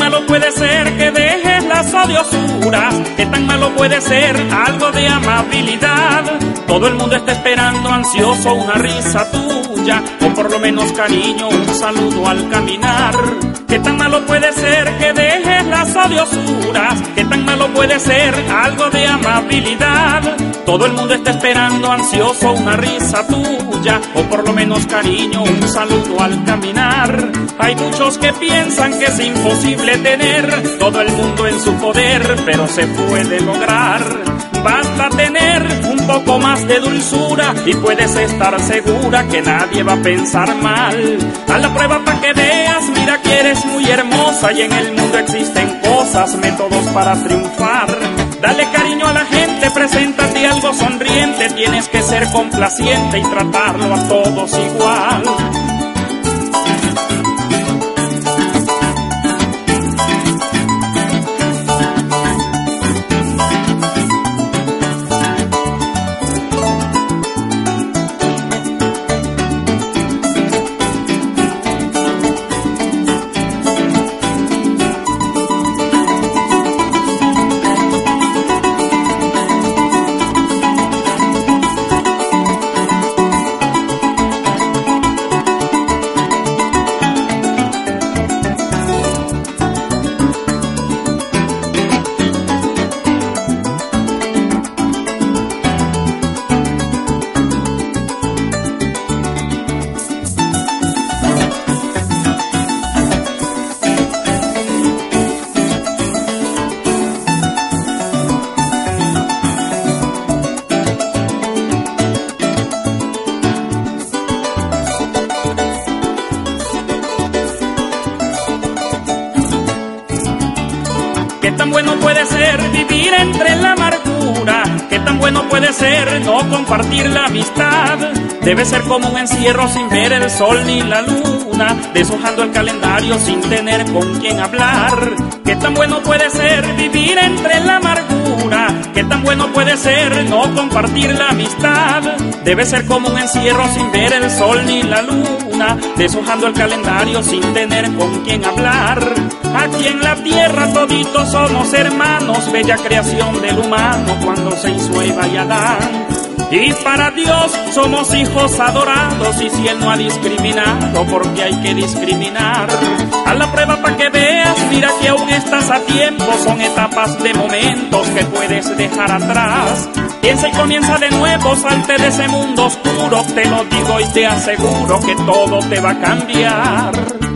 malo puede ser que dejes las odiosuras? ¿Qué tan malo puede ser algo de amabilidad? Todo el mundo está esperando ansioso una risa tuya, o por lo menos cariño, un saludo al caminar. ¿Qué tan malo puede ser que dejes las odiosuras? ¿Qué tan malo puede ser algo de amabilidad? Todo el mundo está esperando ansioso una risa tuya, o por lo menos cariño, un saludo al caminar. Hay muchos que piensan que es imposible tener todo el mundo en su poder, pero se puede lograr. Basta tener un poco más de dulzura y puedes estar segura que nadie va a pensar mal. Haz la prueba para que veas, mira que eres muy hermosa y en el mundo existen cosas, métodos para triunfar. Dale cariño a la gente, preséntate algo sonriente, tienes que ser complaciente y tratarlo a todos igual. ¿Qué tan bueno puede ser vivir entre la amargura? ¿Qué tan bueno puede ser no compartir la amistad? Debe ser como un encierro sin ver el sol ni la luna, deshojando el calendario sin tener con quién hablar. ¿Qué tan bueno puede ser vivir entre la amargura? ¿Qué tan bueno puede ser no compartir la amistad? Debe ser como un encierro sin ver el sol ni la luna, deshojando el calendario sin tener con quién hablar. Aquí en la tierra toditos somos hermanos, bella creación del humano cuando se hizo Eva y Adán. Y para Dios somos hijos adorados, y si Él no ha discriminado, porque hay que discriminar. Haz la prueba para que veas, mira que aún estás a tiempo, son etapas de momentos que puedes dejar atrás. Piensa y comienza de nuevo, salte de ese mundo oscuro, te lo digo y te aseguro que todo te va a cambiar.